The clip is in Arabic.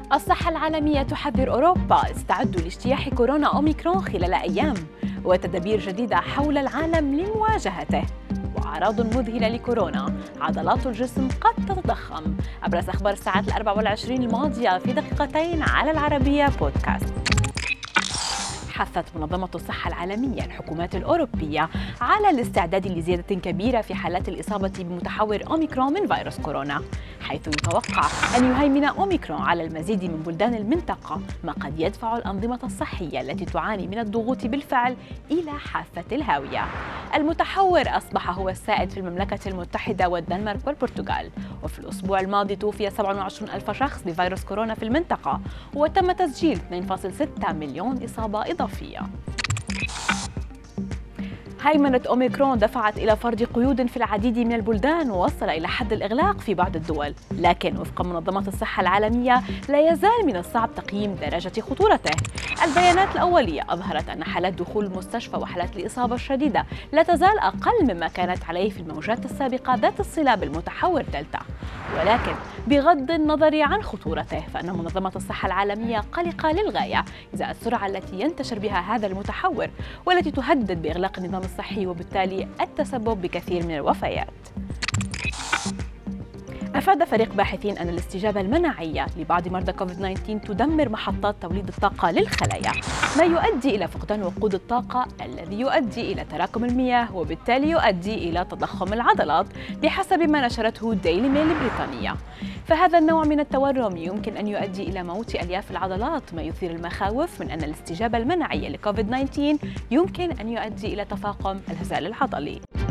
الصحة العالمية تحذر أوروبا استعدوا لاجتياح كورونا أوميكرون خلال أيام، وتدابير جديدة حول العالم لمواجهته. وأعراض مذهلة لكورونا، عضلات الجسم قد تتضخم. أبرز أخبار الساعات 24 الماضية في دقيقتين على العربية بودكاست. حثت منظمة الصحة العالمية الحكومات الأوروبية على الاستعداد لزيادة كبيرة في حالات الإصابة بمتحور أوميكرون من فيروس كورونا، حيث يتوقع أن يهيمن أوميكرون على المزيد من بلدان المنطقة، ما قد يدفع الأنظمة الصحية التي تعاني من الضغوط بالفعل إلى حافة الهاوية. المتحور أصبح هو السائد في المملكة المتحدة والدنمارك والبرتغال، وفي الأسبوع الماضي توفي 27 ألف شخص بفيروس كورونا في المنطقة، وتم تسجيل 2.6 مليون إصابة إضافية. هيمنة أوميكرون دفعت إلى فرض قيود في العديد من البلدان ووصل إلى حد الإغلاق في بعض الدول، لكن وفق منظمة الصحة العالمية لا يزال من الصعب تقييم درجة خطورته. البيانات الأولية أظهرت أن حالات دخول المستشفى وحالات الإصابة الشديدة لا تزال أقل مما كانت عليه في الموجات السابقة ذات الصلة بالمتحور دلتا، ولكن بغض النظر عن خطورته فإن منظمة الصحة العالمية قلقة للغاية إزاء السرعة التي ينتشر بها هذا المتحور، والتي تهدد بإغلاق النظام الصحي وبالتالي التسبب بكثير من الوفيات. أفاد فريق باحثين أن الاستجابة المناعية لبعض مرضى كوفيد-19 تدمر محطات توليد الطاقة للخلايا، ما يؤدي إلى فقدان وقود الطاقة الذي يؤدي إلى تراكم المياه وبالتالي يؤدي إلى تضخم العضلات بحسب ما نشرته ديلي ميل البريطانية. فهذا النوع من التورم يمكن أن يؤدي إلى موت ألياف العضلات، ما يثير المخاوف من أن الاستجابة المناعية لكوفيد-19 يمكن أن يؤدي إلى تفاقم الهزال العضلي.